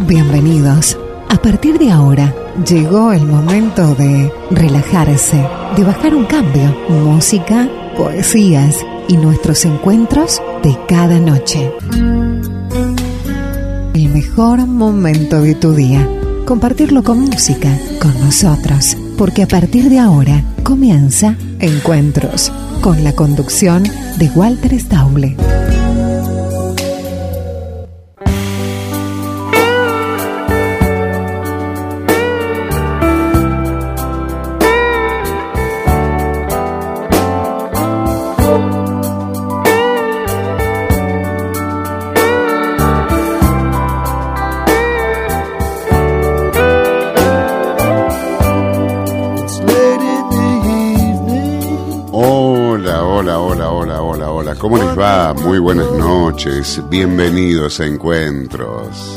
Bienvenidos. A partir de ahora, llegó el momento de relajarse, de bajar un cambio. Música, poesías y nuestros encuentros de cada noche. El mejor momento de tu día. Compartirlo con música, con nosotros. Porque a partir de ahora comienza Encuentros, con la conducción de Walter Stauble. ¿Cómo les va? Muy buenas noches, bienvenidos a Encuentros.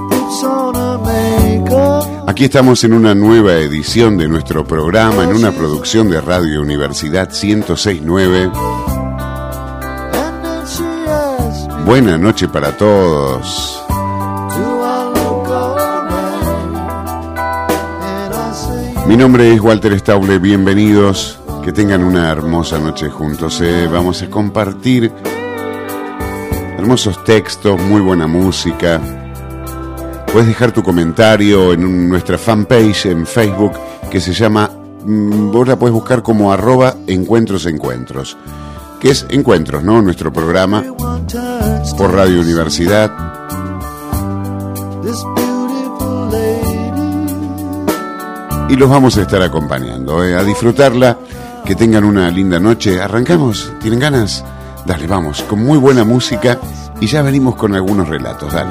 Aquí estamos en una nueva edición de nuestro programa, en una producción de Radio Universidad 106.9. Buena noche para todos. Mi nombre es Walter Stauble, bienvenidos. Que tengan una hermosa noche juntos. Vamos a compartir hermosos textos, muy buena música. Puedes dejar tu comentario en nuestra fanpage en Facebook que se llama, vos la puedes buscar como @encuentros, que es Encuentros, ¿no? Nuestro programa por Radio Universidad. Y los vamos a estar acompañando, a disfrutarla. Que tengan una linda noche. ¿Arrancamos? ¿Tienen ganas? Dale, vamos, con muy buena música y ya venimos con algunos relatos, dale.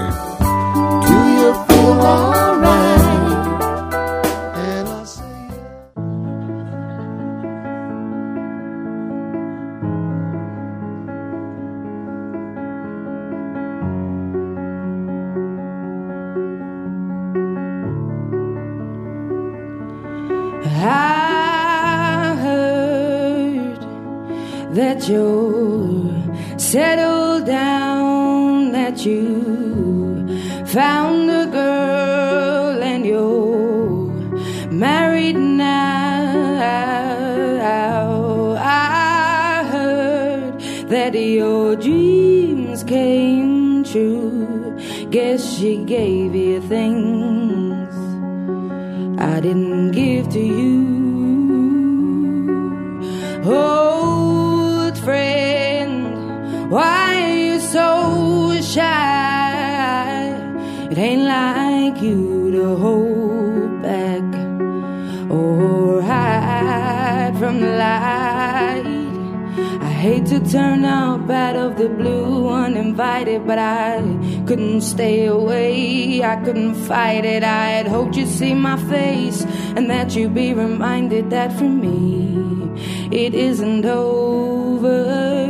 That you're settled down, that you found a girl and you're married now. I heard that your dreams came true. Guess she gave you things I didn't give to you. Oh, friend, why are you so shy? It ain't like you to hold back or hide from the light. I hate to turn up out of the blue uninvited, but I couldn't stay away, I couldn't fight it. I had hoped you'd see my face and that you'd be reminded that for me it isn't over.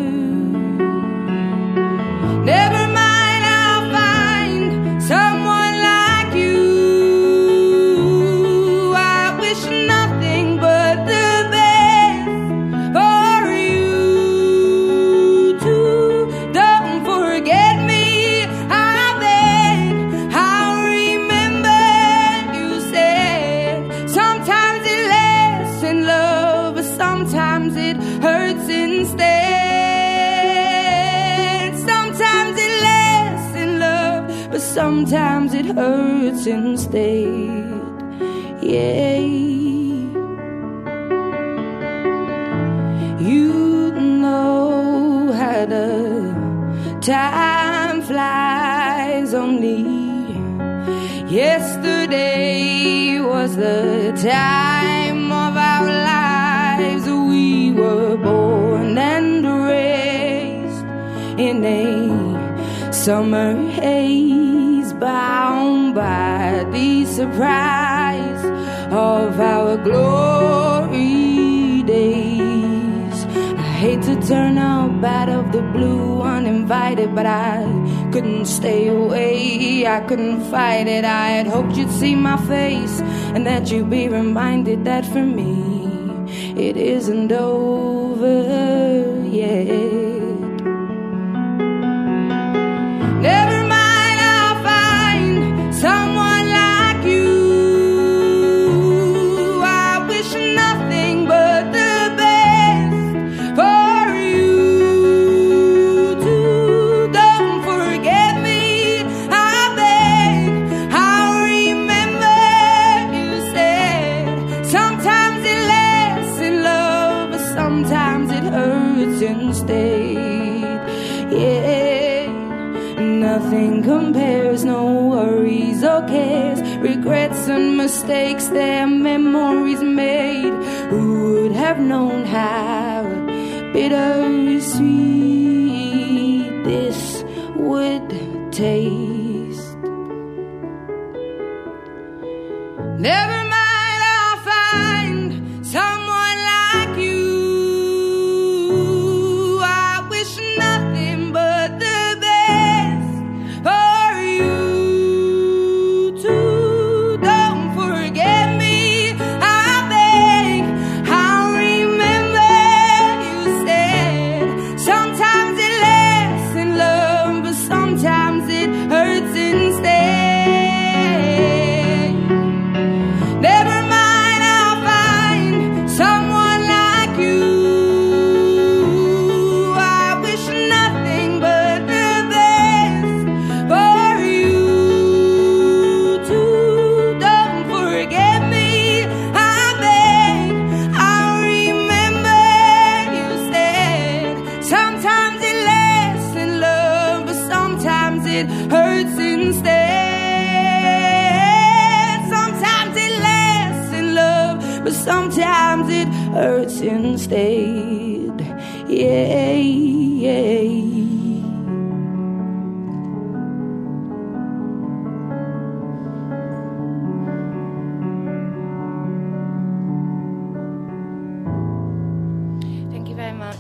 Never mind, I'll find someone like you. I wish nothing but the best for you too. Don't forget me, I beg. I'll remember you said sometimes it lasts in love, but sometimes it hurts instead. Sometimes it hurts instead, yeah. You know how the time flies. Only yesterday was the time of our lives. We were born and raised in a summer haze, bound by the surprise of our glory days. I hate to turn up out of the blue uninvited, but I couldn't stay away, I couldn't fight it. I had hoped you'd see my face and that you'd be reminded that for me it isn't over yet. Never mind, I'll find someone nothing compares, no worries or cares, regrets and mistakes their memories made. Who would have known how bittersweet this would taste? Never mind, I'll find someone like you. I wish nothing but the best for you too. Don't forget me, I beg. I'll remember you said sometimes it lasts in love, but sometimes it hurts instead. Never mind, I'll find someone like you. I wish nothing but the best for you too. Don't forget me, I beg. I'll remember you said sometimes it lasts in love, but sometimes it hurts instead. Sometimes it lasts in love, but sometimes it hurts instead. Yeah, yeah. Thank you very much.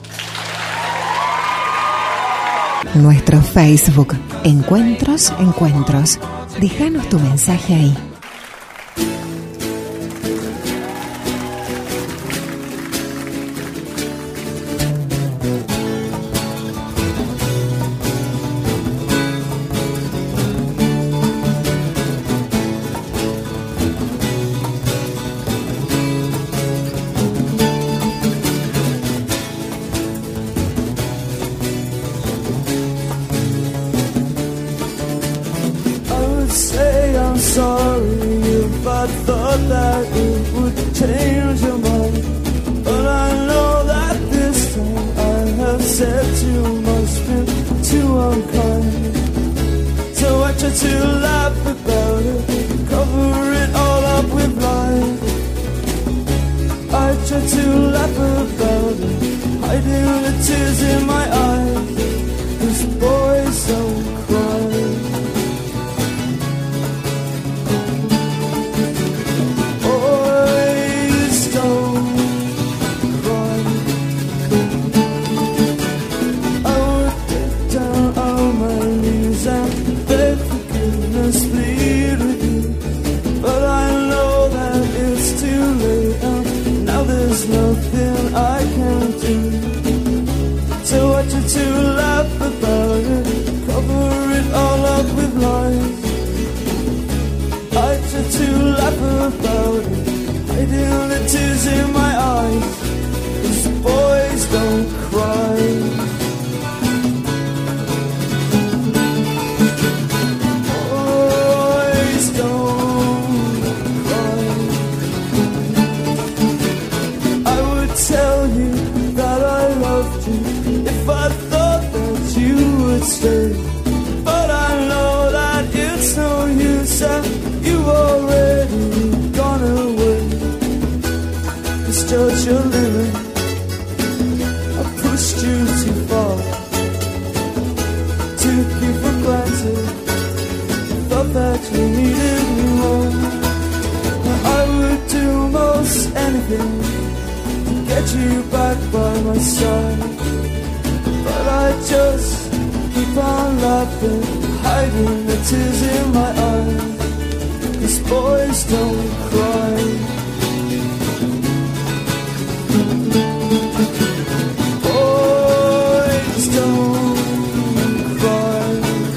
Nuestro Facebook, Encuentros, Encuentros. Déjanos tu mensaje ahí. I would say I'm sorry if I thought that it would change your mind. But I know that this time I have said too much, been too unkind. So I try to laugh about it, cover it all up with lies. I try to laugh about it, hiding the tears in my eyes. These boys don't cry. Boys don't cry. I would get down on my knees and beg forgiveness, plead with you. But I know that it's too late and now there's nothing I can do. So I try to laugh about it, cover it all up with lies. I try to laugh about it, hiding the tears in my eyes. These boys don't cry. Boys don't cry. I would tell you that I loved you if I thought that you would stay. But I know that it's no use and you've already gone away. Misjudged your living, I pushed you too far, took you for granted, thought that you needed me more. Now I would do most anything to get you back by my side. But I just keep on laughing, hiding the tears in my eyes. These boys don't cry. Boys don't cry.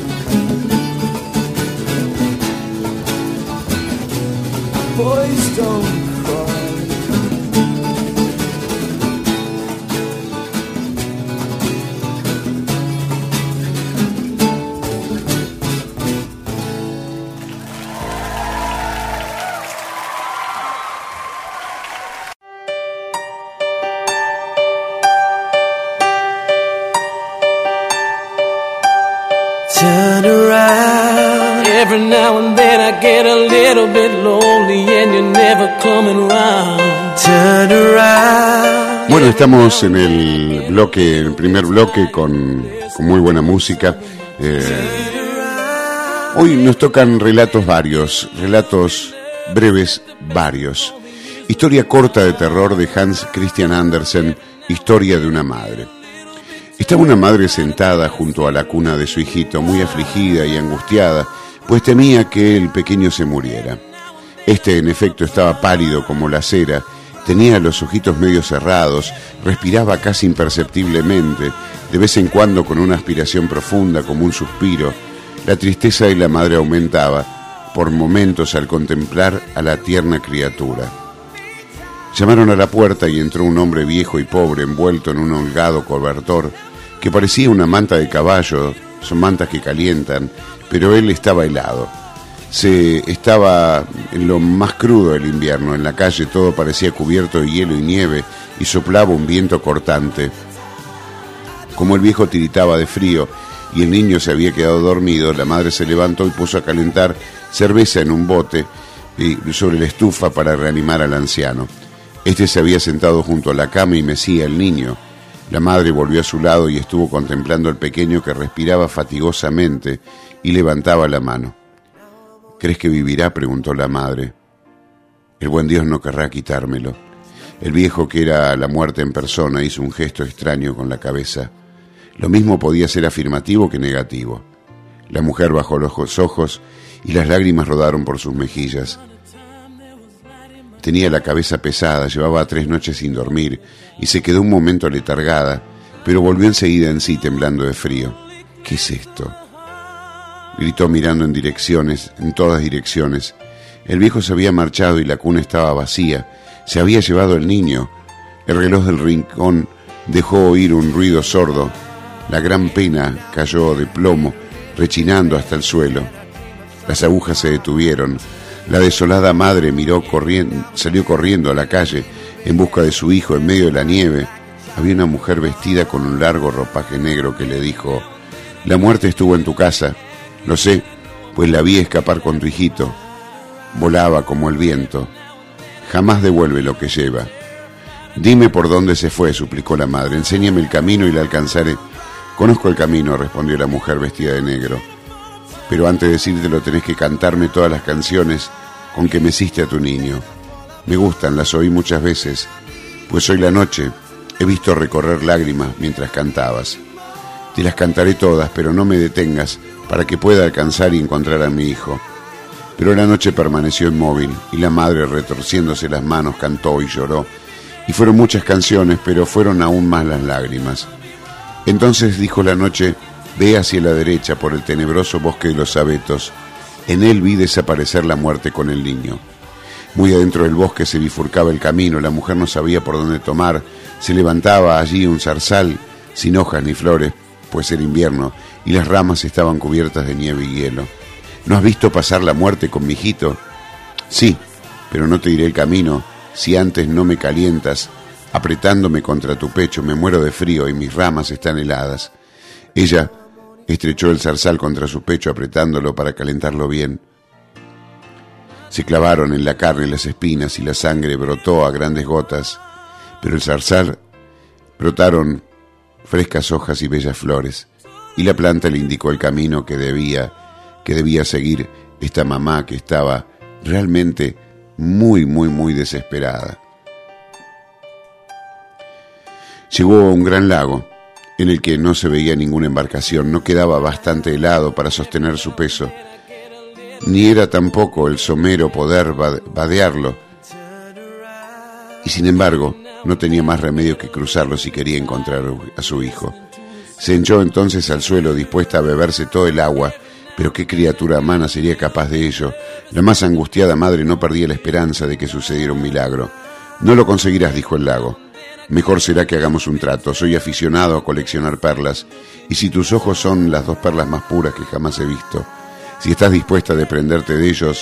Boys don't cry. Turn around. Every now and then I get a little bit lonely and you're never coming round. Turn around. Bueno, estamos en el primer bloque con muy buena música. Hoy nos tocan relatos varios, relatos breves varios. Historia corta de terror de Hans Christian Andersen, Historia de una madre. Estaba una madre sentada junto a la cuna de su hijito, muy afligida y angustiada, pues temía que el pequeño se muriera. Este, en efecto, estaba pálido como la cera, tenía los ojitos medio cerrados, respiraba casi imperceptiblemente, de vez en cuando con una aspiración profunda como un suspiro. La tristeza de la madre aumentaba, por momentos, al contemplar a la tierna criatura. Llamaron a la puerta y entró un hombre viejo y pobre, envuelto en un holgado cobertor, que parecía una manta de caballo. Son mantas que calientan, pero él estaba helado. Estaba en lo más crudo del invierno. En la calle todo parecía cubierto de hielo y nieve, y soplaba un viento cortante. Como el viejo tiritaba de frío y el niño se había quedado dormido, la madre se levantó y puso a calentar cerveza en un bote sobre la estufa para reanimar al anciano. Este se había sentado junto a la cama y mecía al niño. La madre volvió a su lado y estuvo contemplando al pequeño que respiraba fatigosamente y levantaba la mano. ¿Crees que vivirá?, preguntó la madre. El buen Dios no querrá quitármelo. El viejo, que era la muerte en persona, hizo un gesto extraño con la cabeza. Lo mismo podía ser afirmativo que negativo. La mujer bajó los ojos y las lágrimas rodaron por sus mejillas. Tenía la cabeza pesada, llevaba 3 noches sin dormir y se quedó un momento letargada, pero volvió enseguida en sí, temblando de frío. ¿Qué es esto?, gritó mirando en todas direcciones. El viejo se había marchado y la cuna estaba vacía. Se había llevado el niño. El reloj del rincón dejó oír un ruido sordo. La gran pena cayó de plomo, rechinando hasta el suelo. Las agujas se detuvieron. La desolada madre salió corriendo a la calle en busca de su hijo en medio de la nieve. Había una mujer vestida con un largo ropaje negro que le dijo: «La muerte estuvo en tu casa. Lo sé, pues la vi escapar con tu hijito. Volaba como el viento. Jamás devuelve lo que lleva». «Dime por dónde se fue», suplicó la madre. «Enséñame el camino y la alcanzaré». «Conozco el camino», respondió la mujer vestida de negro. «Pero antes de decírtelo tenés que cantarme todas las canciones con que meciste a tu niño. Me gustan, las oí muchas veces, pues hoy la noche he visto recorrer lágrimas mientras cantabas. Te las cantaré todas, pero no me detengas para que pueda alcanzar y encontrar a mi hijo». Pero la noche permaneció inmóvil y la madre, retorciéndose las manos, cantó y lloró. Y fueron muchas canciones, pero fueron aún más las lágrimas. Entonces dijo la noche: «Ve hacia la derecha por el tenebroso bosque de los abetos. En él vi desaparecer la muerte con el niño». Muy adentro del bosque se bifurcaba el camino. La mujer no sabía por dónde tomar. Se levantaba allí un zarzal sin hojas ni flores, pues era invierno y las ramas estaban cubiertas de nieve y hielo. «¿No has visto pasar la muerte con mi hijito?» «Sí, pero no te diré el camino si antes no me calientas apretándome contra tu pecho. Me muero de frío y mis ramas están heladas». Ella estrechó el zarzal contra su pecho, apretándolo para calentarlo bien. Se clavaron en la carne las espinas y la sangre brotó a grandes gotas, pero el zarzal brotaron frescas hojas y bellas flores, y la planta le indicó el camino que debía seguir esta mamá, que estaba realmente muy, muy, muy desesperada. Llegó a un gran lago en el que no se veía ninguna embarcación. No quedaba bastante helado para sostener su peso, ni era tampoco el somero poder vadearlo, y sin embargo no tenía más remedio que cruzarlo si quería encontrar a su hijo. Se echó entonces al suelo, dispuesta a beberse todo el agua, pero qué criatura humana sería capaz de ello. La más angustiada madre no perdía la esperanza de que sucediera un milagro. «No lo conseguirás», dijo el lago. «Mejor será que hagamos un trato. Soy aficionado a coleccionar perlas, y si tus ojos son las 2 perlas más puras que jamás he visto, si estás dispuesta a desprenderte de ellos,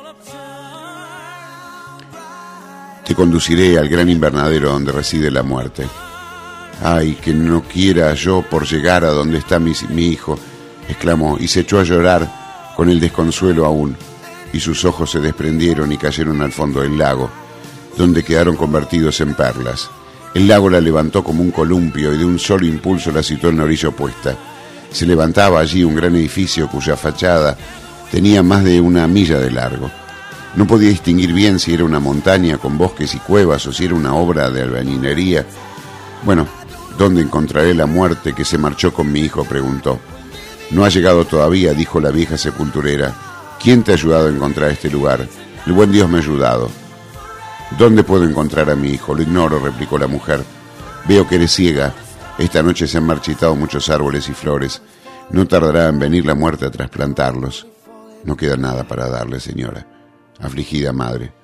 te conduciré al gran invernadero donde reside la muerte». «Ay, que no quiera yo por llegar a donde está mi hijo. exclamó, y se echó a llorar con el desconsuelo aún, y sus ojos se desprendieron y cayeron al fondo del lago, donde quedaron convertidos en perlas. El lago la levantó como un columpio y de un solo impulso la situó en la orilla opuesta. Se levantaba allí un gran edificio cuya fachada tenía más de 1 milla de largo. No podía distinguir bien si era una montaña con bosques y cuevas o si era una obra de albañilería. Bueno, ¿dónde encontraré la muerte que se marchó con mi hijo?, preguntó. No ha llegado todavía, dijo la vieja sepulturera. ¿Quién te ha ayudado a encontrar este lugar? El buen Dios me ha ayudado. ¿Dónde puedo encontrar a mi hijo? Lo ignoro, replicó la mujer. Veo que eres ciega. Esta noche se han marchitado muchos árboles y flores. No tardará en venir la muerte a trasplantarlos. No queda nada para darle, señora. Afligida madre.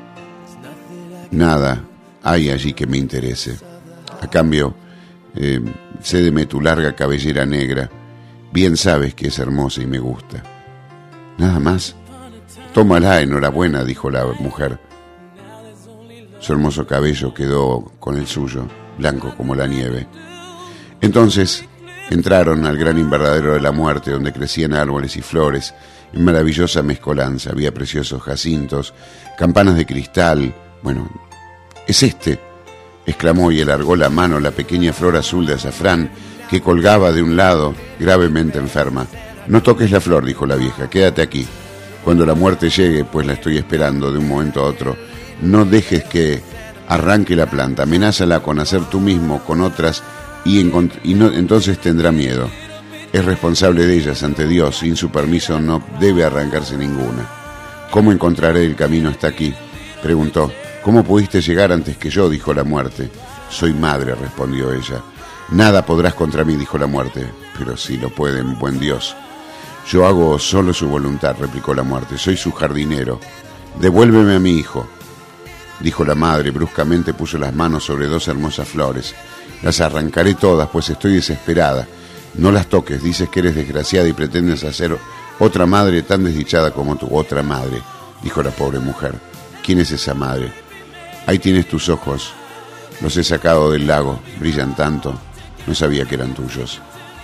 Nada hay allí que me interese. A cambio, cédeme tu larga cabellera negra. Bien sabes que es hermosa y me gusta. ¿Nada más? Tómala, enhorabuena, dijo la mujer. Su hermoso cabello quedó con el suyo, blanco como la nieve. Entonces entraron al gran invernadero de la muerte, donde crecían árboles y flores en maravillosa mezcolanza. Había preciosos jacintos, campanas de cristal. Bueno, es este, exclamó y alargó la mano la pequeña flor azul de azafrán que colgaba de un lado, gravemente enferma. No toques la flor, dijo la vieja, quédate aquí. Cuando la muerte llegue, pues la estoy esperando de un momento a otro, no dejes que arranque la planta, amenázala con hacer tú mismo con otras entonces tendrá miedo. Es responsable de ellas ante Dios, sin su permiso no debe arrancarse ninguna. ¿Cómo encontraré el camino hasta aquí?, preguntó. ¿Cómo pudiste llegar antes que yo?, dijo la muerte. Soy madre, respondió ella. Nada podrás contra mí, dijo la muerte. Pero si lo pueden, buen Dios. Yo hago solo su voluntad, replicó la muerte. Soy su jardinero. Devuélveme a mi hijo, dijo la madre. Bruscamente puso las manos sobre 2 hermosas flores. Las arrancaré todas, pues estoy desesperada. No las toques, dices que eres desgraciada y pretendes hacer otra madre tan desdichada como tu otra madre, dijo la pobre mujer. ¿Quién es esa madre? Ahí tienes tus ojos. Los he sacado del lago, brillan tanto. No sabía que eran tuyos.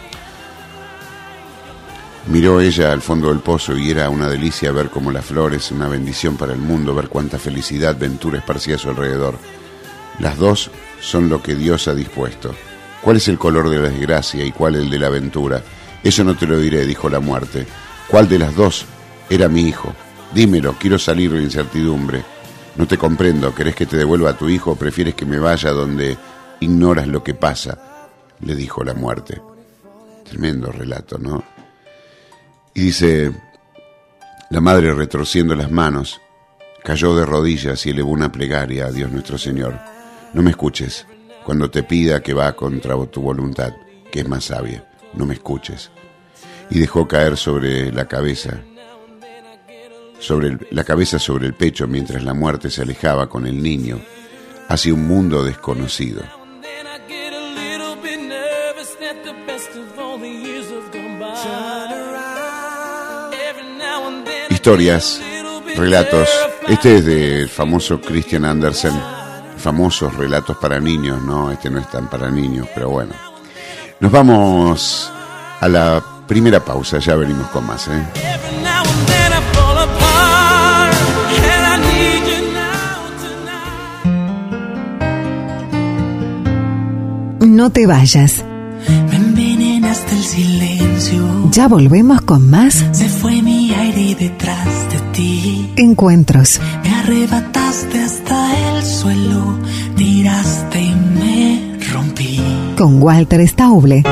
Miró ella al fondo del pozo y era una delicia ver cómo las flores, una bendición para el mundo, ver cuánta felicidad, ventura esparcía a su alrededor. Las dos son lo que Dios ha dispuesto. ¿Cuál es el color de la desgracia y cuál el de la aventura? Eso no te lo diré, dijo la muerte. ¿Cuál de las dos era mi hijo? Dímelo, quiero salir de incertidumbre. No te comprendo, ¿querés que te devuelva a tu hijo o prefieres que me vaya donde ignoras lo que pasa?, le dijo la muerte. Tremendo relato, ¿no? Y dice, la madre, retorciendo las manos, cayó de rodillas y elevó una plegaria a Dios nuestro Señor. No me escuches cuando te pida que va contra tu voluntad, que es más sabia. No me escuches. Y dejó caer sobre la cabeza sobre el pecho mientras la muerte se alejaba con el niño hacia un mundo desconocido. Historias, relatos. Este es del famoso Christian Andersen. Famosos relatos para niños, ¿no? Este no es tan para niños, pero bueno. Nos vamos a la primera pausa, ya venimos con más, ¿eh? No te vayas. Me envenenaste el silencio. Ya volvemos con más. Se fue mi aire detrás de ti. Encuentros. Me arrebataste hasta el suelo. Tiraste y me rompí. Con Walter Stauble.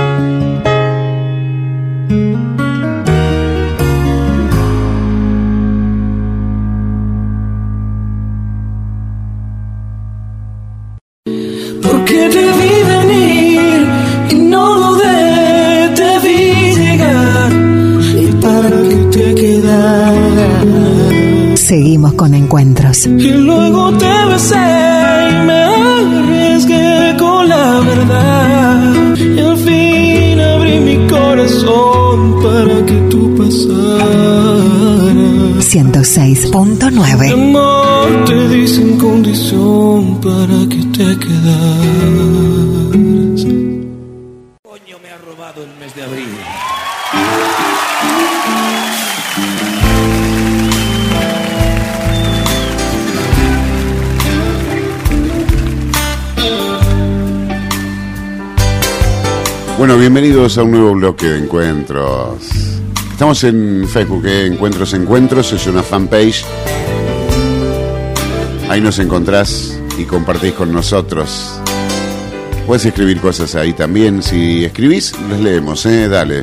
Porque te vi venir y no dudé, te vi llegar y para que te quedaras. Seguimos con Encuentros. Y luego te besé y me arriesgué con la verdad. Y al fin abrí mi corazón para que tú pasaras. 106.9. Amor, te di sin condición para que te quedaras. Coño, me ha robado el mes de abril. Bueno, bienvenidos a un nuevo bloque de encuentros. Estamos en Facebook, Encuentros, es una fanpage. Ahí nos encontrás y compartís con nosotros. Puedes escribir cosas ahí también. Si escribís, las leemos, dale.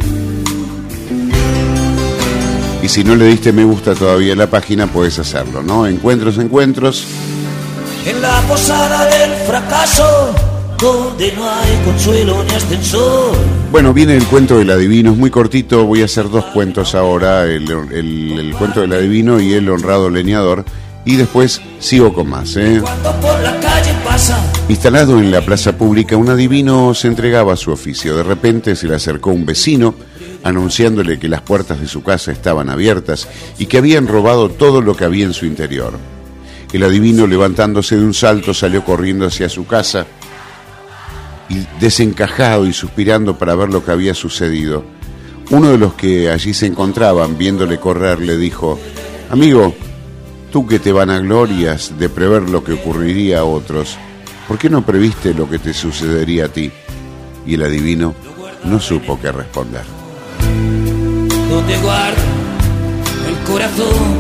Y si no le diste me gusta todavía a la página, puedes hacerlo, ¿no? Encuentros. En la posada del fracaso, donde no hay consuelo ni ascensor. Bueno, viene el cuento del adivino, es muy cortito, voy a hacer dos cuentos ahora, el cuento del adivino y el honrado leñador, y después sigo con más. Cuando por la calle pasa. Instalado en la plaza pública, un adivino se entregaba a su oficio. De repente se le acercó un vecino, anunciándole que las puertas de su casa estaban abiertas y que habían robado todo lo que había en su interior. El adivino, levantándose de un salto, salió corriendo hacia su casa, y desencajado y suspirando para ver lo que había sucedido. Uno de los que allí se encontraban, viéndole correr, le dijo: amigo, tú que te vanaglorias de prever lo que ocurriría a otros, ¿por qué no previste lo que te sucedería a ti? Y el adivino no supo qué responder. Donde guardo el corazón,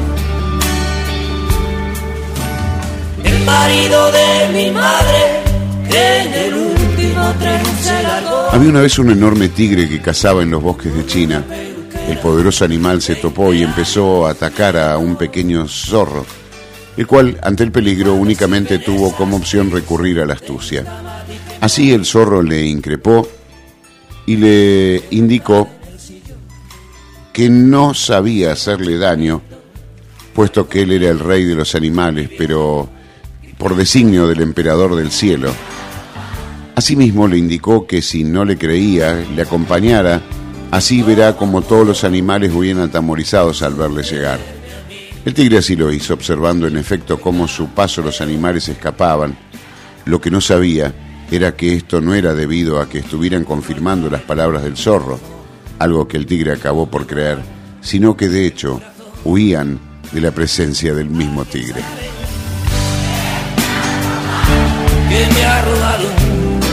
el marido de mi madre, en el último tren se largó. Había una vez un enorme tigre que cazaba en los bosques de China. El poderoso animal se topó y empezó a atacar a un pequeño zorro, el cual, ante el peligro, únicamente tuvo como opción recurrir a la astucia. Así el zorro le increpó y le indicó que no sabía hacerle daño, puesto que él era el rey de los animales, pero por designio del emperador del cielo. Asimismo le indicó que si no le creía, le acompañara, así verá como todos los animales huían atemorizados al verle llegar. El tigre así lo hizo, observando en efecto cómo su paso los animales escapaban. Lo que no sabía era que esto no era debido a que estuvieran confirmando las palabras del zorro, algo que el tigre acabó por creer, sino que de hecho huían de la presencia del mismo tigre. Que me ha robado.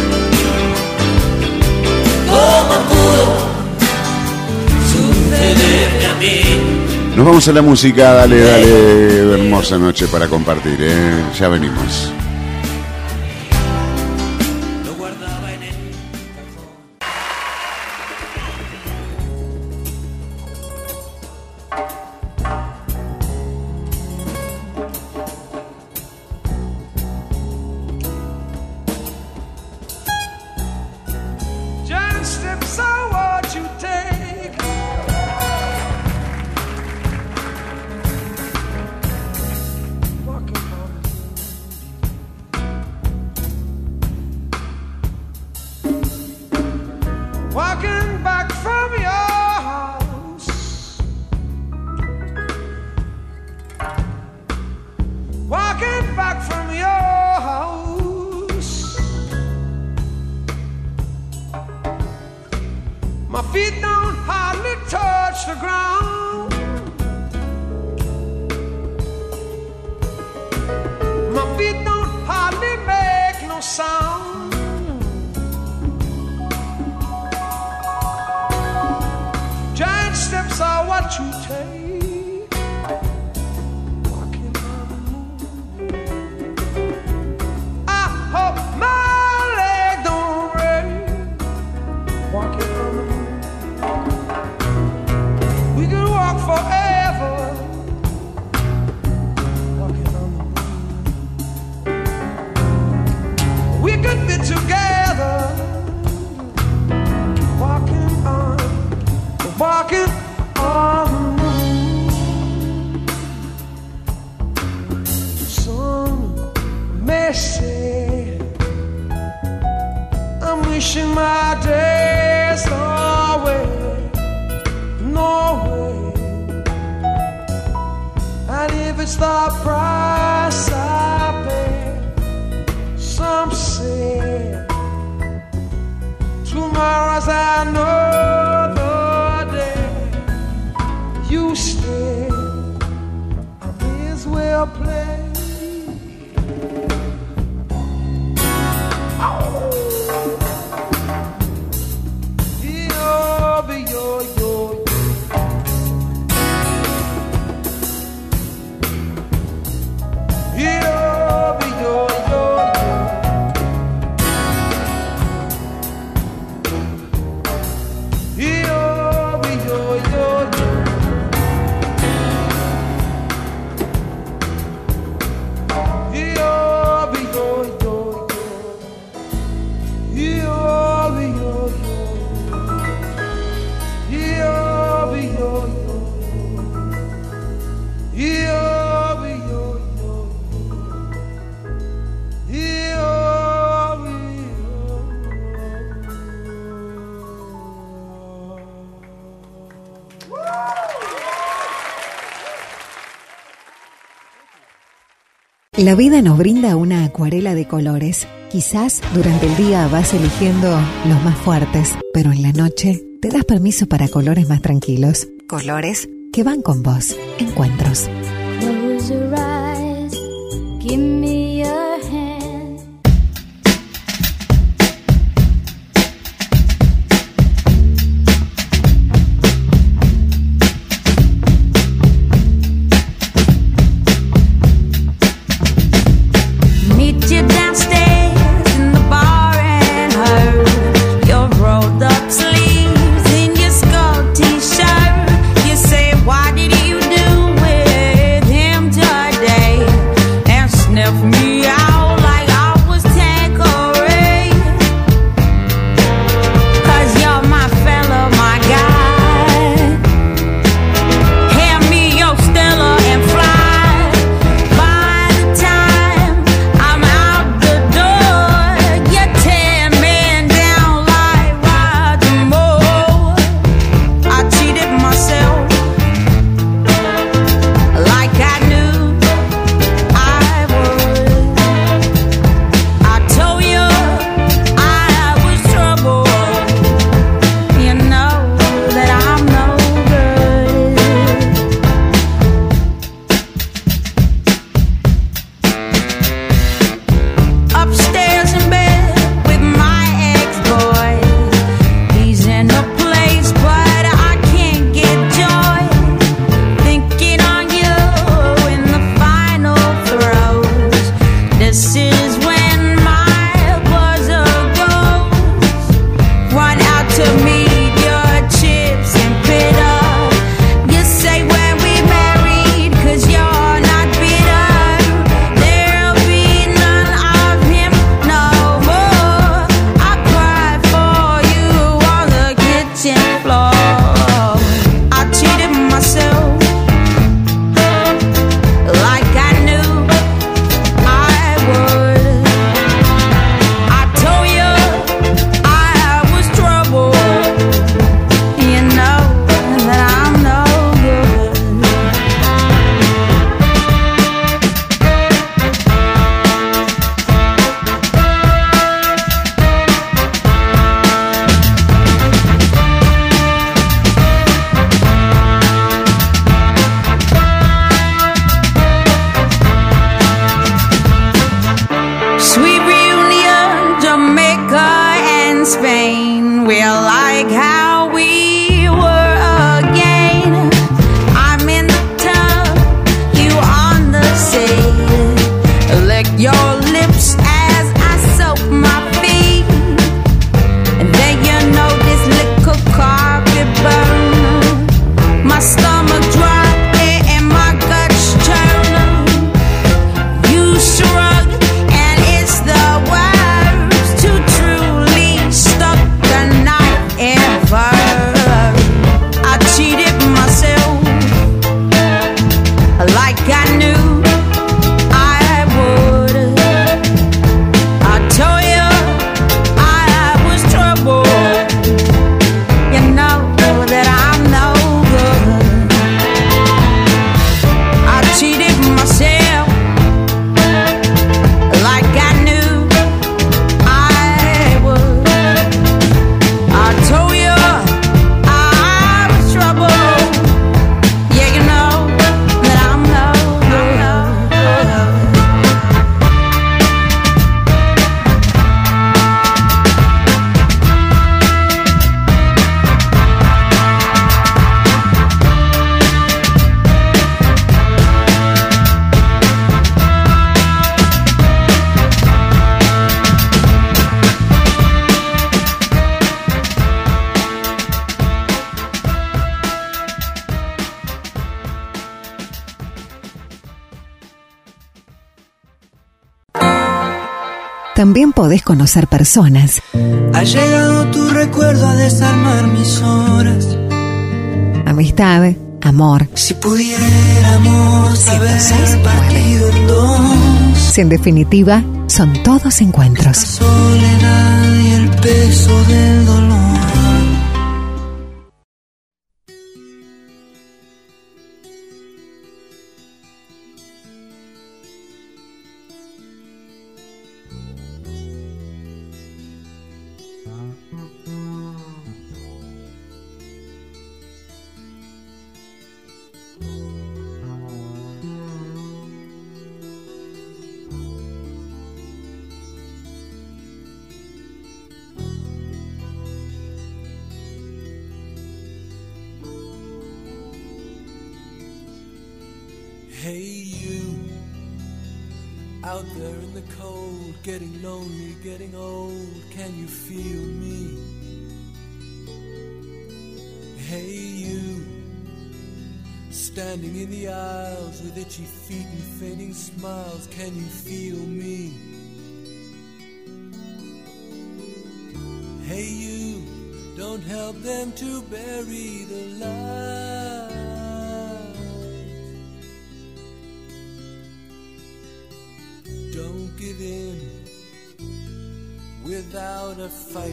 ¿Cómo pudo sucederme a mí? Nos vamos a la música, dale, hermosa noche para compartir, ya venimos. Tomorrow's another day. you stay. I may as well play. La vida nos brinda una acuarela de colores. Quizás durante el día vas eligiendo los más fuertes, pero en la noche te das permiso para colores más tranquilos. Colores que van con vos. Encuentros. Close your eyes, give me your hand. Meet you downstairs in the bar and her. Your rolled up sleeves in your skull t-shirt. You say, what did you do with him today? And sniff me out. también podés conocer personas. Ha llegado tu recuerdo a desarmar mis horas. Amistad, amor. Si pudiéramos haber 106.9. partido en dos. Si en definitiva son todos encuentros. Soledad y el peso del dolor. Hey you, out there in the cold, getting lonely, getting old, can you feel me? Hey you, standing in the aisles with itchy feet and fading smiles, can you feel me? Hey you, don't help them to bury the light. Don't give in without a fight.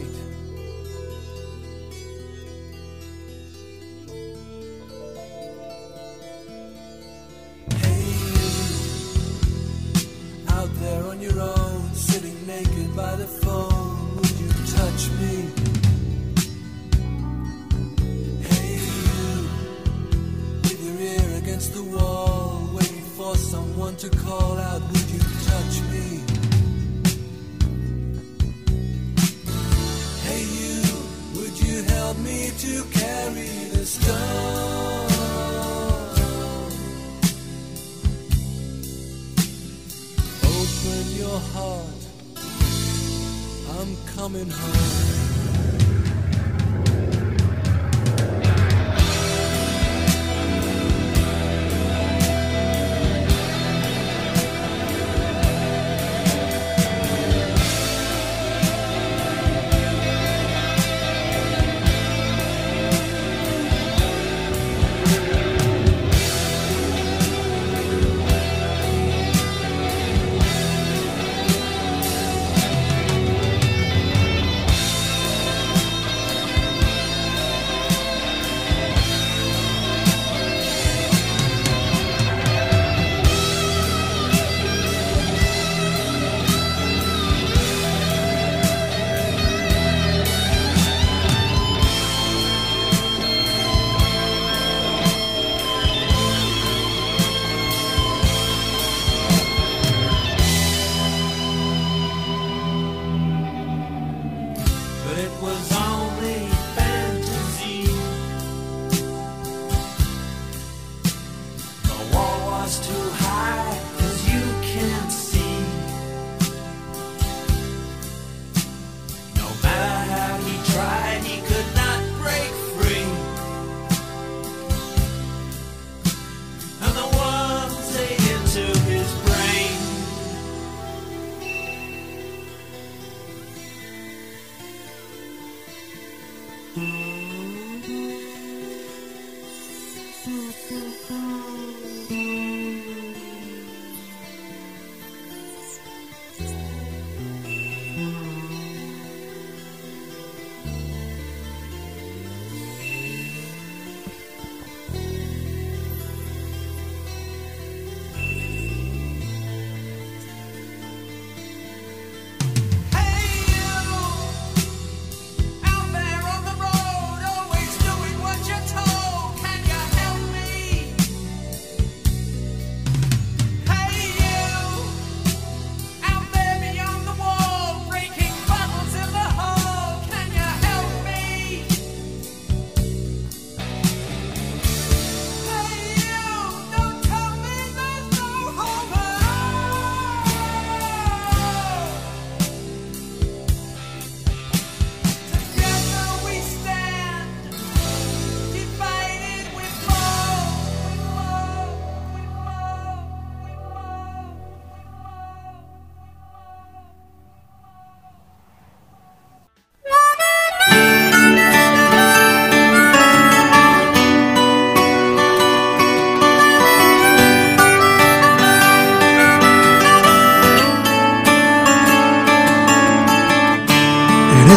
Hey you, out there on your own, sitting naked by the phone, would you touch me? Hey you, with your ear against the wall, waiting for someone to call out, would you touch me? Hey you, would you help me to carry the stone? Open your heart, I'm coming home.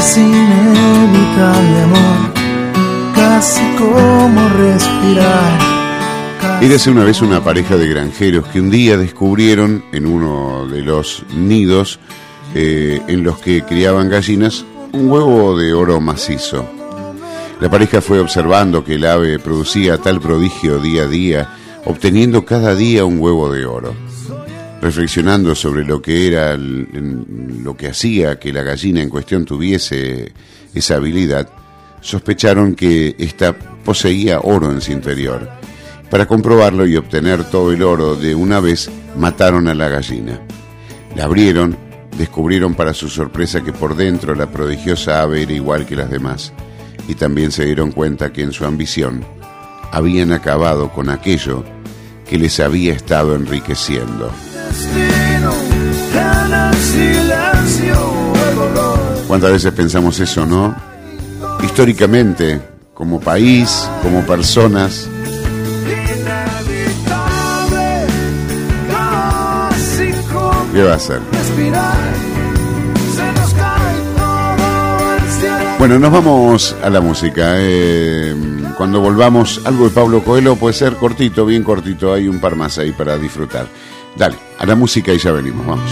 es inevitable, amor, casi como respirar. Érase una vez una pareja de granjeros que un día descubrieron en uno de los nidos en los que criaban gallinas un huevo de oro macizo. La pareja fue observando que el ave producía tal prodigio día a día, obteniendo cada día un huevo de oro. Reflexionando sobre lo que era lo que hacía que la gallina en cuestión tuviese esa habilidad, sospecharon que ésta poseía oro en su interior. Para comprobarlo y obtener todo el oro de una vez, mataron a la gallina. La abrieron, descubrieron para su sorpresa que por dentro la prodigiosa ave era igual que las demás, y también se dieron cuenta que en su ambición habían acabado con aquello que les había estado enriqueciendo. ¿Cuántas veces pensamos eso, no? Históricamente, como país, como personas. ¿Qué va a hacer? Bueno, nos vamos a la música. Cuando volvamos, algo de Pablo Coelho, puede ser cortito, bien cortito. Hay un par más ahí para disfrutar. Dale, a la música y ya venimos, vamos.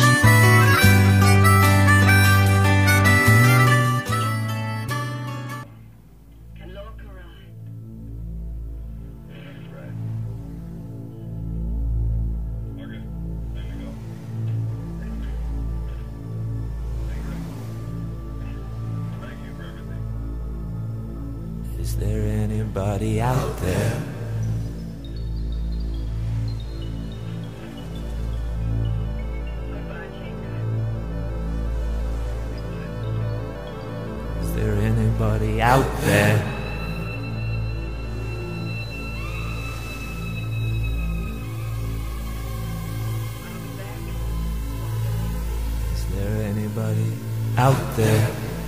Is there anybody out there? Is there anybody out there? Is there anybody out there?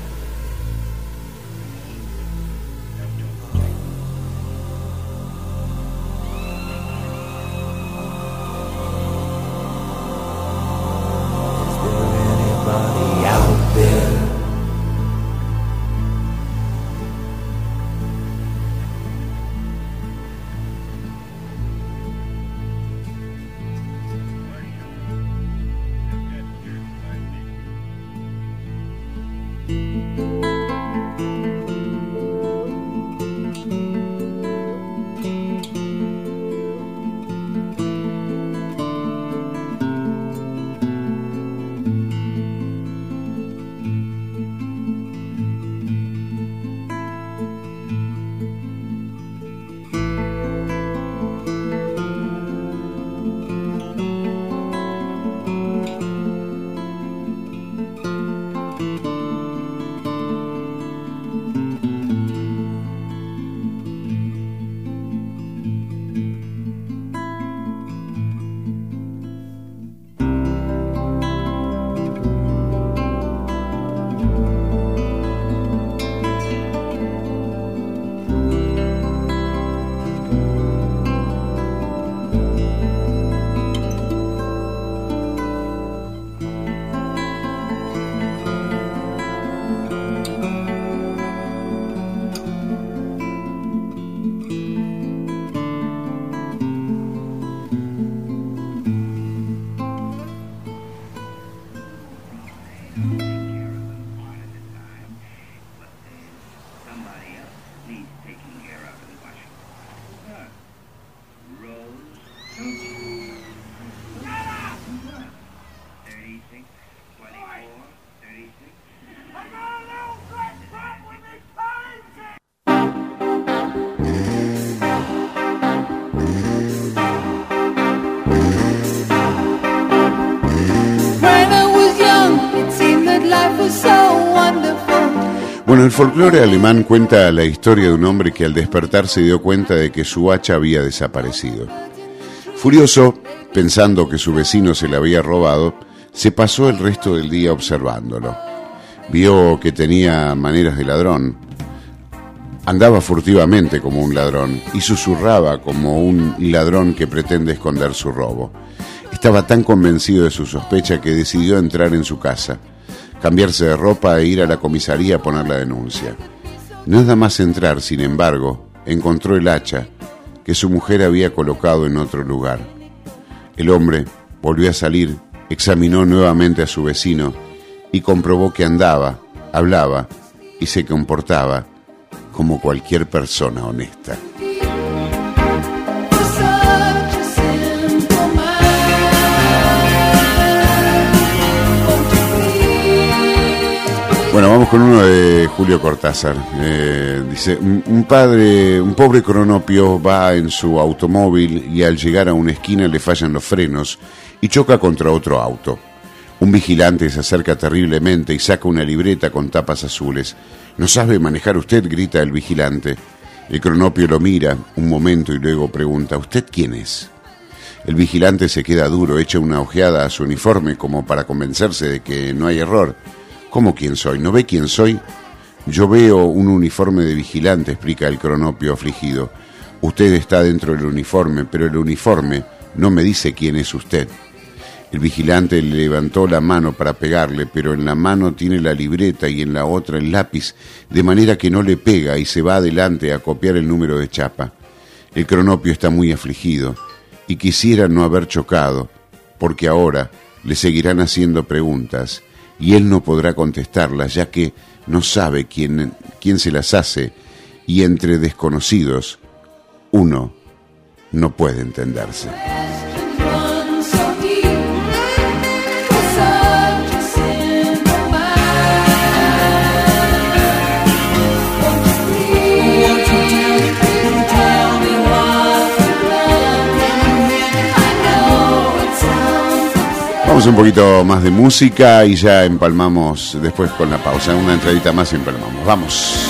Bueno, el folclore alemán cuenta la historia de un hombre que al despertar se dio cuenta de que su hacha había desaparecido. Furioso, pensando que su vecino se la había robado, se pasó el resto del día observándolo. Vio que tenía maneras de ladrón, andaba furtivamente como un ladrón y susurraba como un ladrón que pretende esconder su robo. Estaba tan convencido de su sospecha que decidió entrar en su casa. cambiarse de ropa e ir a la comisaría a poner la denuncia. Nada más entrar, sin embargo, encontró el hacha que su mujer había colocado en otro lugar. El hombre volvió a salir, examinó nuevamente a su vecino y comprobó que andaba, hablaba y se comportaba como cualquier persona honesta. Bueno, vamos con uno de Julio Cortázar. Dice, un pobre cronopio va en su automóvil y al llegar a una esquina le fallan los frenos y choca contra otro auto. Un vigilante se acerca terriblemente y saca una libreta con tapas azules. «¿No sabe manejar usted?», grita el vigilante. El cronopio lo mira un momento y luego pregunta, «¿Usted quién es?». El vigilante se queda duro, echa una ojeada a su uniforme como para convencerse de que no hay error. «¿Cómo quién soy? ¿No ve quién soy?». «Yo veo un uniforme de vigilante», explica el cronopio afligido. «Usted está dentro del uniforme, pero el uniforme no me dice quién es usted». El vigilante le levantó la mano para pegarle, pero en la mano tiene la libreta y en la otra el lápiz, de manera que no le pega y se va adelante a copiar el número de chapa. El cronopio está muy afligido y quisiera no haber chocado, porque ahora le seguirán haciendo preguntas y él no podrá contestarlas, ya que no sabe quién se las hace, y entre desconocidos uno no puede entenderse. Vamos un poquito más de música y ya empalmamos después con la pausa. Una entradita más y empalmamos. Vamos.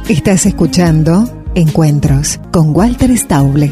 Estás escuchando Encuentros con Walter Stauble.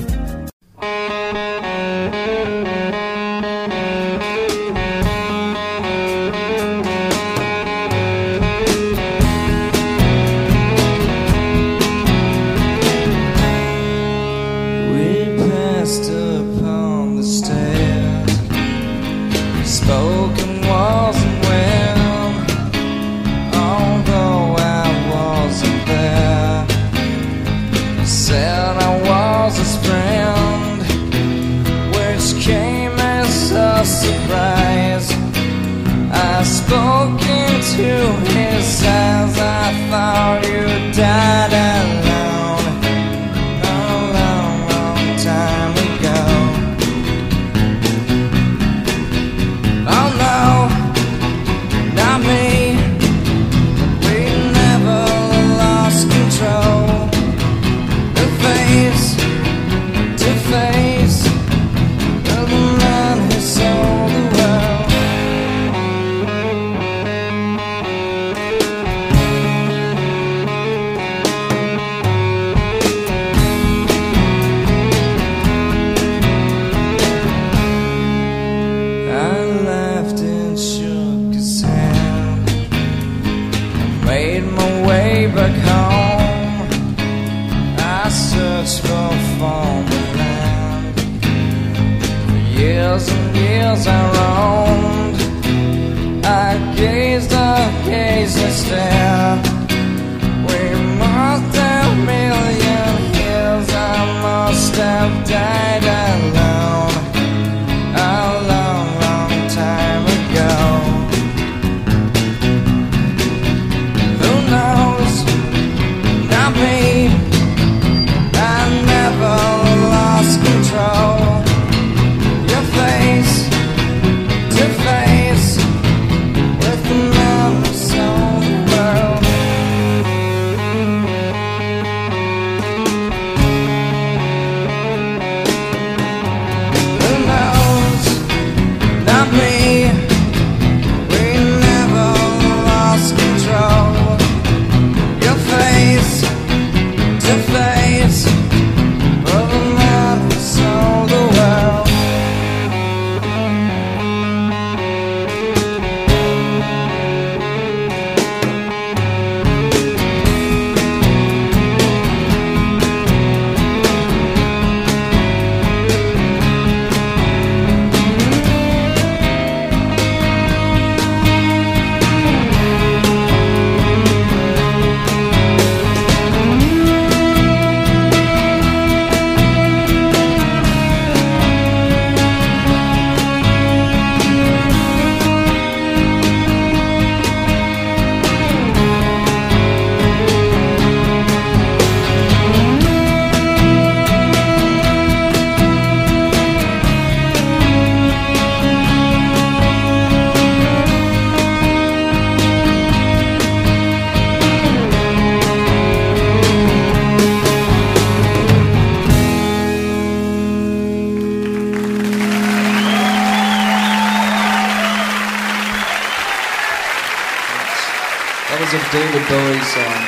David Bowie's song.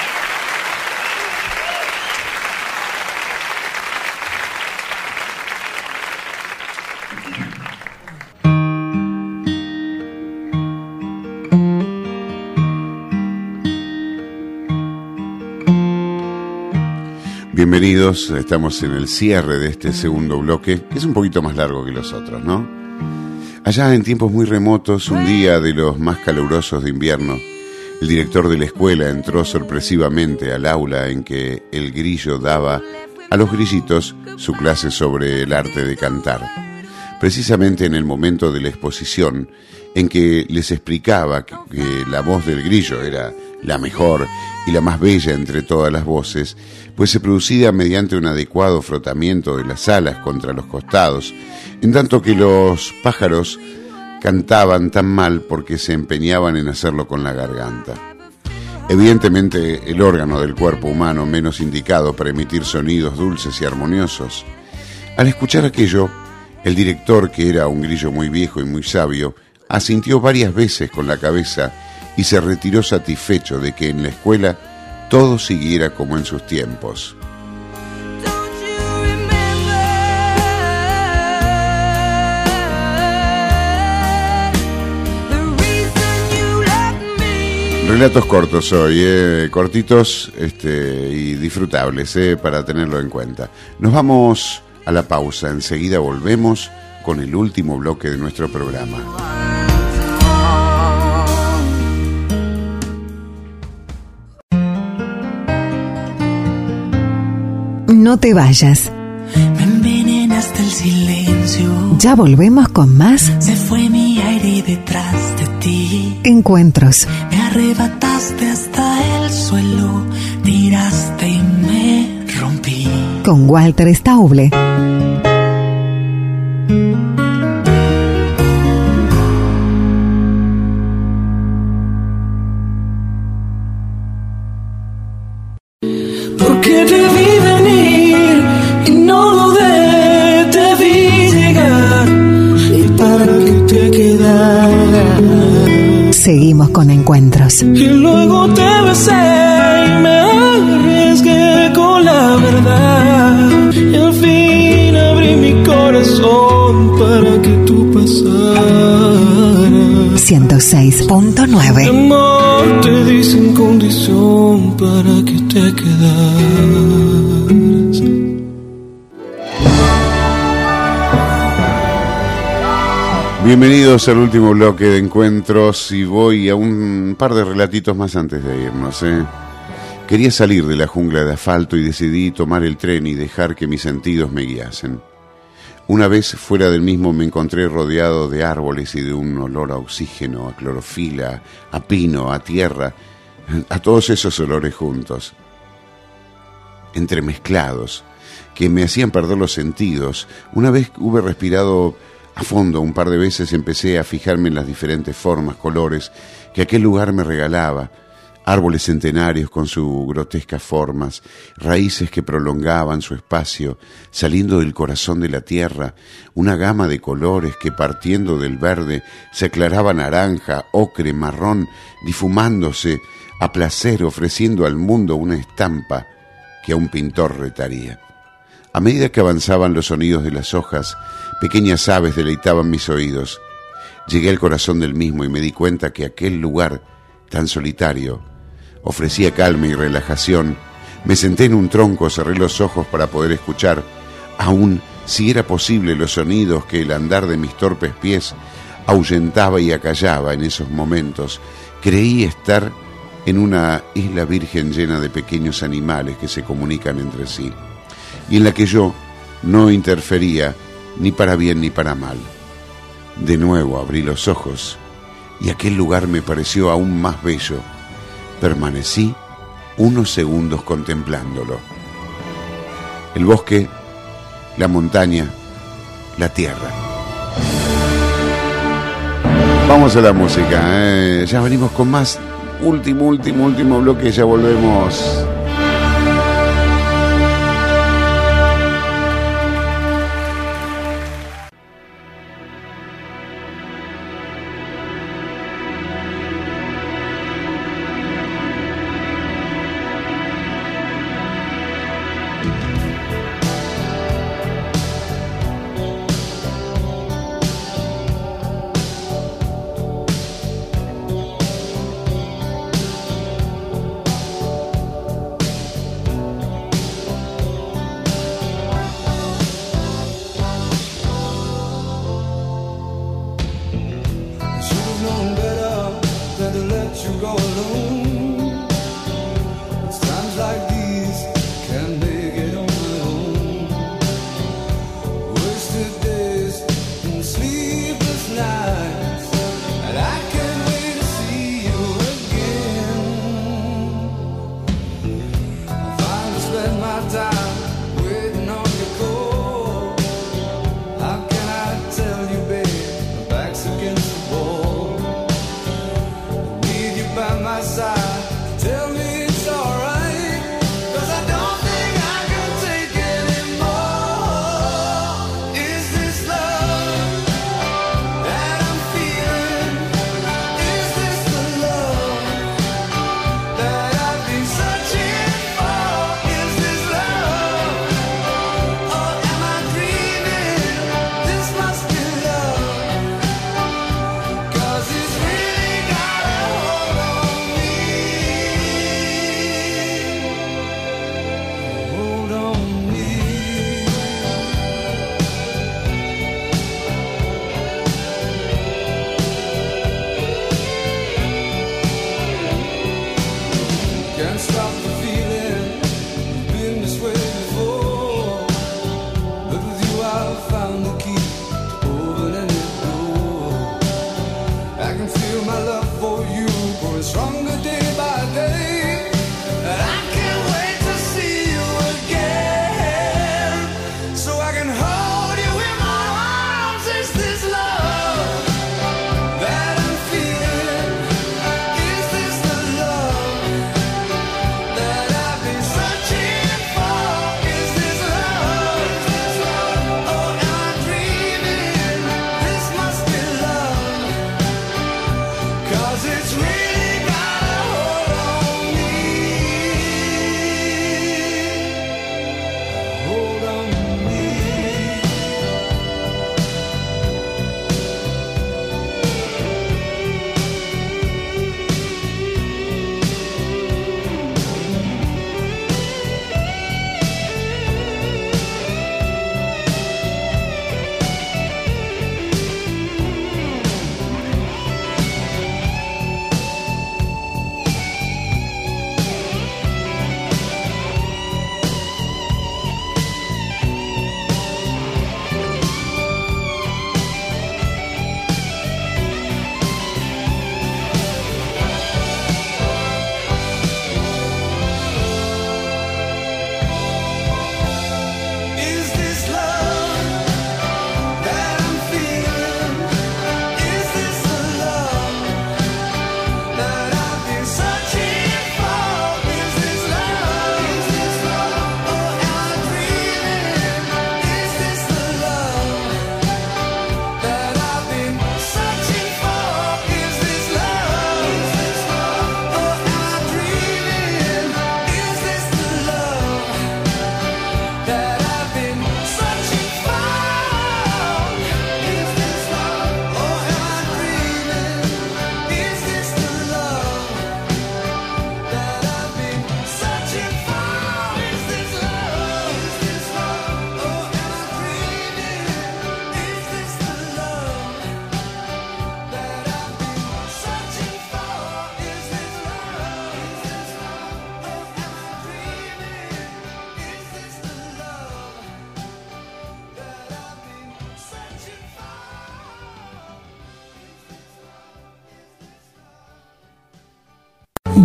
Bienvenidos, estamos en el cierre de este segundo bloque, que es un poquito más largo que los otros, ¿no? Allá en tiempos muy remotos, un día de los más calurosos de invierno, el director de la escuela entró sorpresivamente al aula en que el grillo daba a los grillitos su clase sobre el arte de cantar. Precisamente en el momento de la exposición, en que les explicaba que la voz del grillo era la mejor y la más bella entre todas las voces, pues se producía mediante un adecuado frotamiento de las alas contra los costados, en tanto que los pájaros cantaban tan mal porque se empeñaban en hacerlo con la garganta. Evidentemente, el órgano del cuerpo humano menos indicado para emitir sonidos dulces y armoniosos. Al escuchar aquello, el director, que era un grillo muy viejo y muy sabio, asintió varias veces con la cabeza y se retiró satisfecho de que en la escuela todo siguiera como en sus tiempos. Relatos cortos hoy, cortitos y disfrutables, para tenerlo en cuenta. Nos vamos a la pausa, enseguida volvemos con el último bloque de nuestro programa. No te vayas. Me envenenaste el silencio. Ya volvemos con más. Se fue mi aire detrás de ti. Encuentros. Me arrebataste hasta el suelo. Tiraste y me rompí. Con Walter Stauble. Porque te vi venir y no dudé, te vi llegar y para que te quedaras. Seguimos con Encuentros. Y luego te besé y me arriesgué con la verdad. Y al fin abrí mi corazón para que tú pasaras. 106.9. Amor, te di sin condición para que te quedaras. Bienvenidos al último bloque de Encuentros y voy a un par de relatitos más antes de irnos. Quería salir de la jungla de asfalto y decidí tomar el tren y dejar que mis sentidos me guiasen. Una vez fuera del mismo me encontré rodeado de árboles y de un olor a oxígeno, a clorofila, a pino, a tierra, a todos esos olores juntos, entremezclados, que me hacían perder los sentidos. Una vez hube respirado a fondo un par de veces, empecé a fijarme en las diferentes formas, colores que aquel lugar me regalaba. Árboles centenarios con sus grotescas formas, raíces que prolongaban su espacio, saliendo del corazón de la tierra, una gama de colores que partiendo del verde se aclaraba naranja, ocre, marrón, difumándose a placer, ofreciendo al mundo una estampa que a un pintor retaría. A medida que avanzaban los sonidos de las hojas, pequeñas aves deleitaban mis oídos. Llegué al corazón del mismo y me di cuenta que aquel lugar tan solitario ofrecía calma y relajación. Me senté en un tronco, cerré los ojos para poder escuchar, aún si era posible, los sonidos que el andar de mis torpes pies ahuyentaba y acallaba en esos momentos. Creí estar en una isla virgen llena de pequeños animales que se comunican entre sí, y en la que yo no interfería ni para bien ni para mal. De nuevo abrí los ojos y aquel lugar me pareció aún más bello. Permanecí unos segundos contemplándolo. El bosque, la montaña, la tierra. Vamos a la música, ya venimos con más. Último bloque, ya volvemos. Such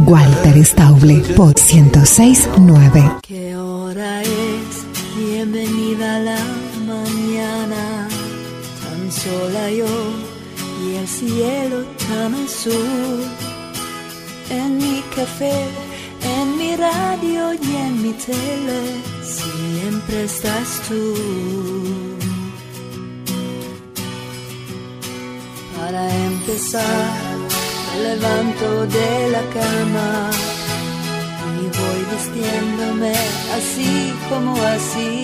Walter Stauble por 106.9. ¿Qué hora es? Bienvenida a la mañana. Tan sola yo y el cielo tan azul. En mi café, en mi radio y en mi tele, siempre estás tú. Para empezar, me levanto de la cama y voy vistiéndome así como así.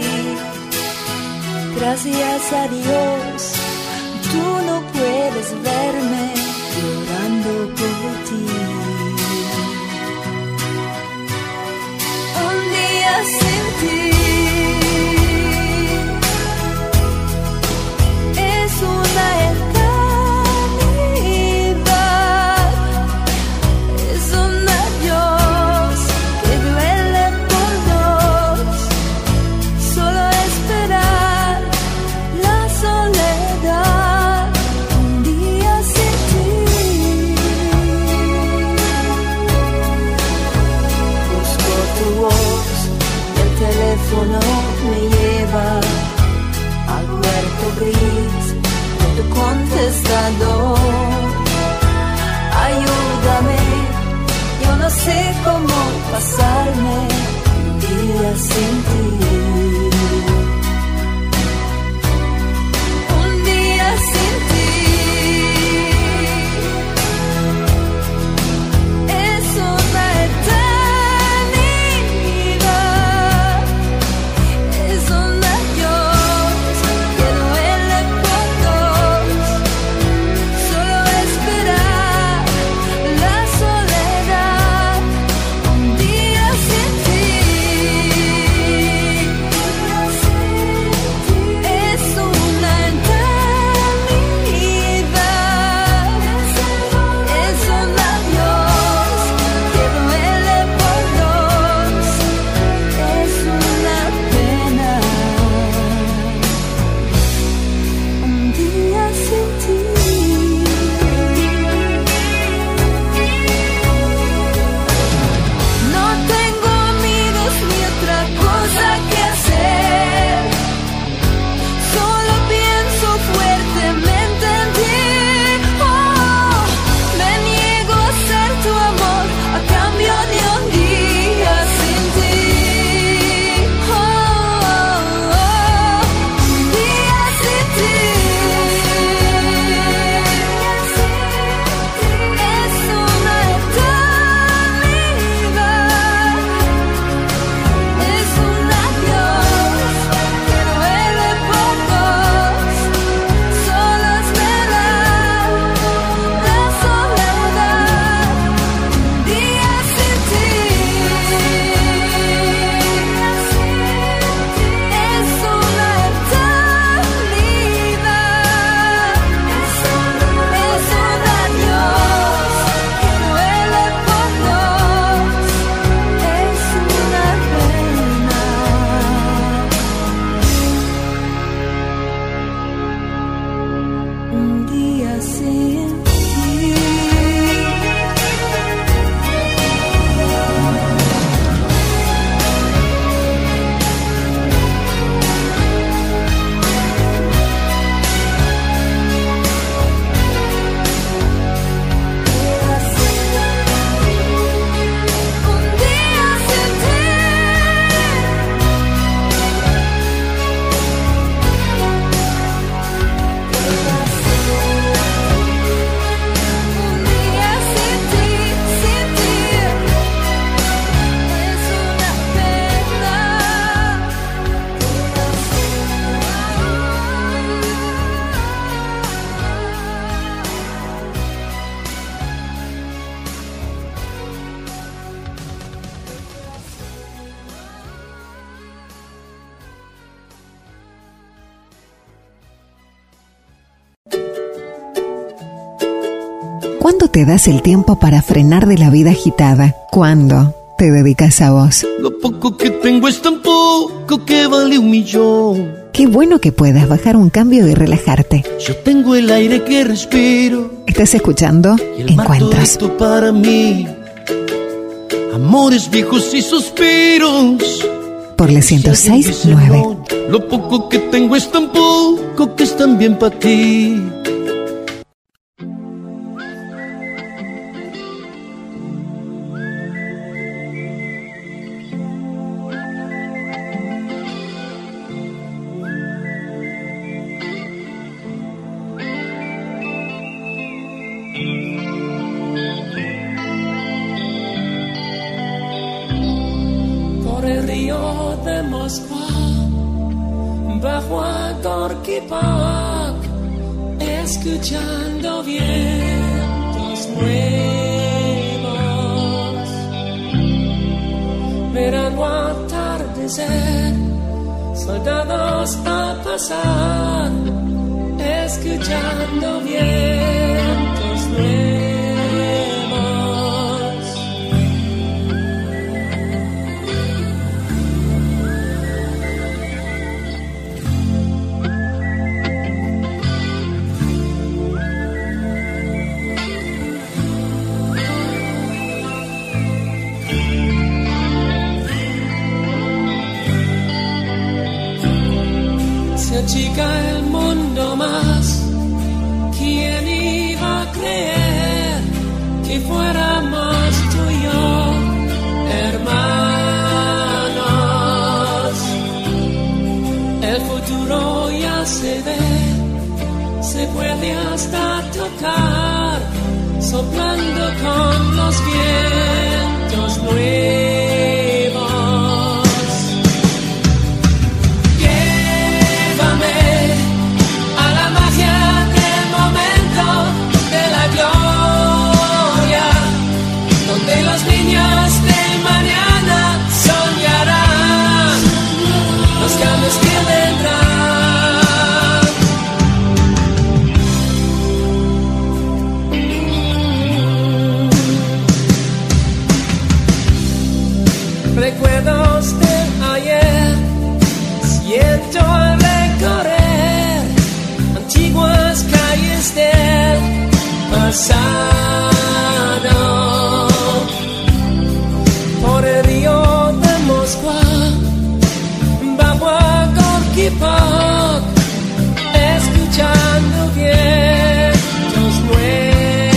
Gracias a Dios, tú no puedes verme llorando por ti. Un día sin ti es una eternidad, es un adiós que duele por dos, solo esperar la soledad. Un día sin ti. Busco tu voz, el teléfono me lleva al cuarto gris de tu contestador. Ayúdame, yo no sé cómo pasarme un día sin ti. Un día sin ti es una eternidad, es un adiós que duele por dos, solo esperar la soledad. Un día sin ti es una eternidad, es un adiós que duele por dos, es una pena. Un día sin ti. No tengo amigos ni otra cosa que hacer, solo pienso fuertemente en ti. Oh, me niego a ser tu amor a cambio de un día sin ti. Oh, un día sin ti es una eternidad, es un adiós que duele por dos, solo esperar la soledad. Un día sin ti es una eternidad, es un adiós que duele por dos, es una pena. Un día sin ti. Un día sin ti. Un día sin ti, sin ti es una pena. ¿Cuándo te das el tiempo para frenar de la vida agitada? ¿Cuándo te dedicas a vos? Lo poco que tengo es tan poco que vale 1.000.000. Qué bueno que puedas bajar un cambio y relajarte. Yo tengo el aire que respiro Estás escuchando y el mar Encuentros. todito para mí. amores viejos y suspiros. Por la 106.9. Lo poco que tengo es tan poco que es tan bien para ti. Bajo a Gorky Park, escuchando vientos nuevos, mirando atardecer, soldados a pasar, escuchando vientos nuevos. Chica el mundo más, ¿quién iba a creer que fuéramos tú y yo, hermanos? El futuro ya se ve, se puede hasta tocar, soplando con los vientos nuevos. Recuerdos de ayer, siento al recorrer antiguas calles del pasado, por el río de Moskva, bajo a Gorky Park, escuchando vientos nuevos.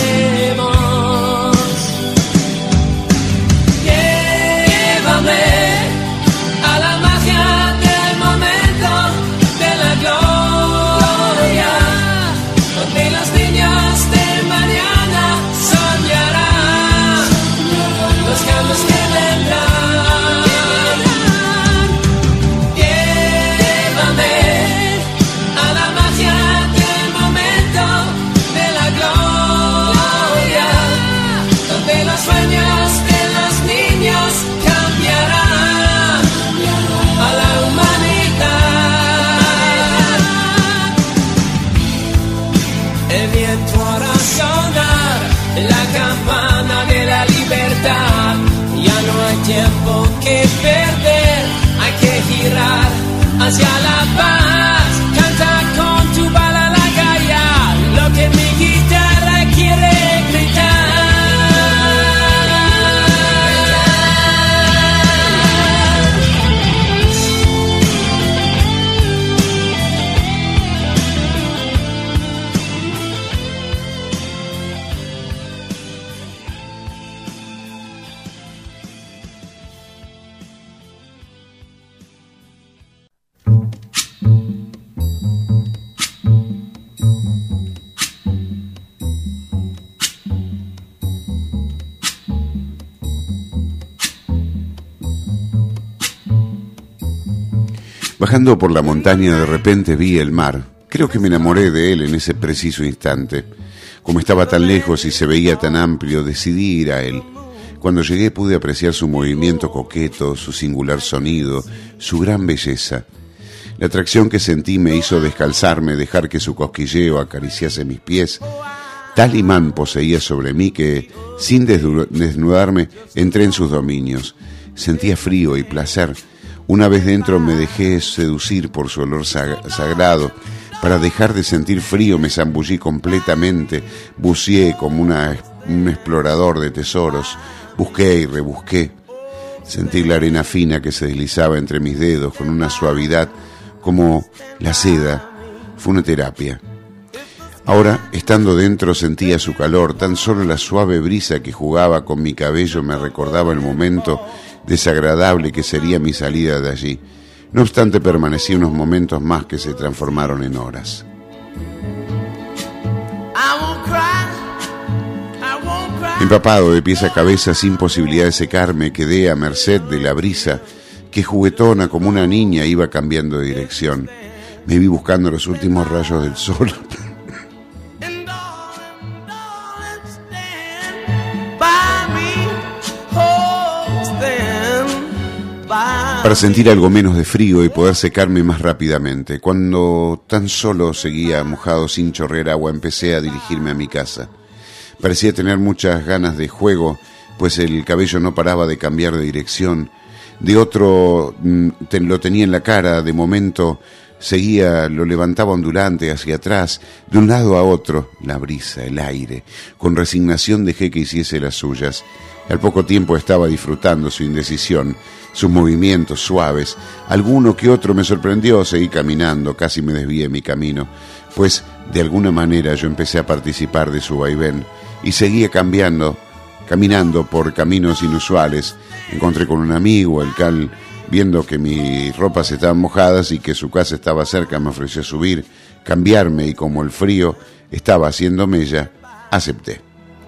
A la magia del momento de la gloria, donde los niños de mañana soñarán los cambios que vendrán. Llévame a la magia del momento de la gloria, donde los sueños de los niños cambiarán a la humanidad. El viento hará sonar la campana de la libertad. Ya no hay tiempo que perder, hay que girar hacia la paz. Canta con tu balalaika, lo que mi guitarra quiere gritar. Bajando por la montaña de repente vi el mar. Creo que me enamoré de él en ese preciso instante. Como estaba tan lejos y se veía tan amplio, decidí ir a él. Cuando llegué pude apreciar su movimiento coqueto, su singular sonido, su gran belleza. La atracción que sentí me hizo descalzarme, dejar que su cosquilleo acariciase mis pies. Tal imán poseía sobre mí que, sin desnudarme, entré en sus dominios. Sentía frío y placer. Una vez dentro me dejé seducir por su olor sagrado. Para dejar de sentir frío me zambullí completamente, buceé como un explorador de tesoros. Busqué y rebusqué. Sentí la arena fina que se deslizaba entre mis dedos con una suavidad como la seda. Fue una terapia. Ahora, estando dentro, sentía su calor. Tan solo la suave brisa que jugaba con mi cabello me recordaba el momento desagradable que sería mi salida de allí. No obstante, permanecí unos momentos más que se transformaron en horas. Empapado de pies a cabeza, sin posibilidad de secarme, quedé a merced de la brisa que, juguetona como una niña, iba cambiando de dirección. Me vi buscando los últimos rayos del sol. Para sentir algo menos de frío y poder secarme más rápidamente. Cuando tan solo seguía mojado sin chorrear agua, empecé a dirigirme a mi casa. Parecía tener muchas ganas de juego, pues el cabello no paraba de cambiar de dirección. De otro lo tenía en la cara, de momento seguía, lo levantaba ondulante hacia atrás, de un lado a otro, la brisa, el aire. Con resignación dejé que hiciese las suyas. Al poco tiempo estaba disfrutando su indecisión, sus movimientos suaves. Alguno que otro me sorprendió, seguí caminando, casi me desvié mi camino, pues de alguna manera yo empecé a participar de su vaivén y seguía caminando por caminos inusuales. Encontré con un amigo, el cual, viendo que mis ropas estaban mojadas y que su casa estaba cerca, me ofreció subir, cambiarme, y como el frío estaba haciendo mella, acepté.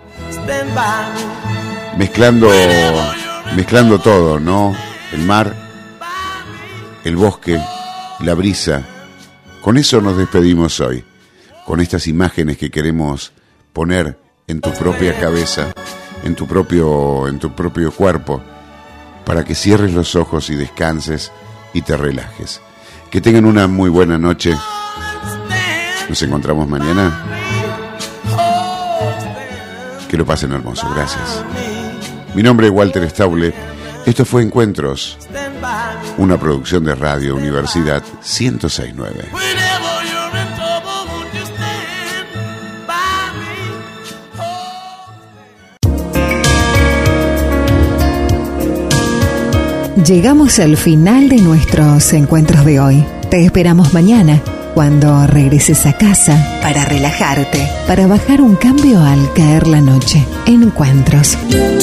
Mezclando todo, ¿no? El mar, el bosque, la brisa. Con eso nos despedimos hoy, con estas imágenes que queremos poner en tu propia cabeza, en tu propio cuerpo, para que cierres los ojos y descanses y te relajes. Que tengan una muy buena noche. Nos encontramos mañana. Que lo pasen hermoso. Gracias. Mi nombre es Walter Stauble. Esto fue Encuentros, una producción de Radio Universidad 106.9. Llegamos al final de nuestros encuentros de hoy. Te esperamos mañana, cuando regreses a casa, para relajarte, para bajar un cambio al caer la noche. Encuentros.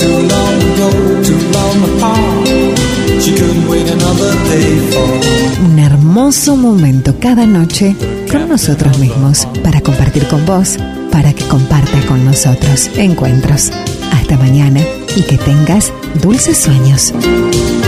Un hermoso momento cada noche con nosotros mismos, para compartir con vos, para que compartas con nosotros. Encuentros. Hasta mañana y que tengas dulces sueños.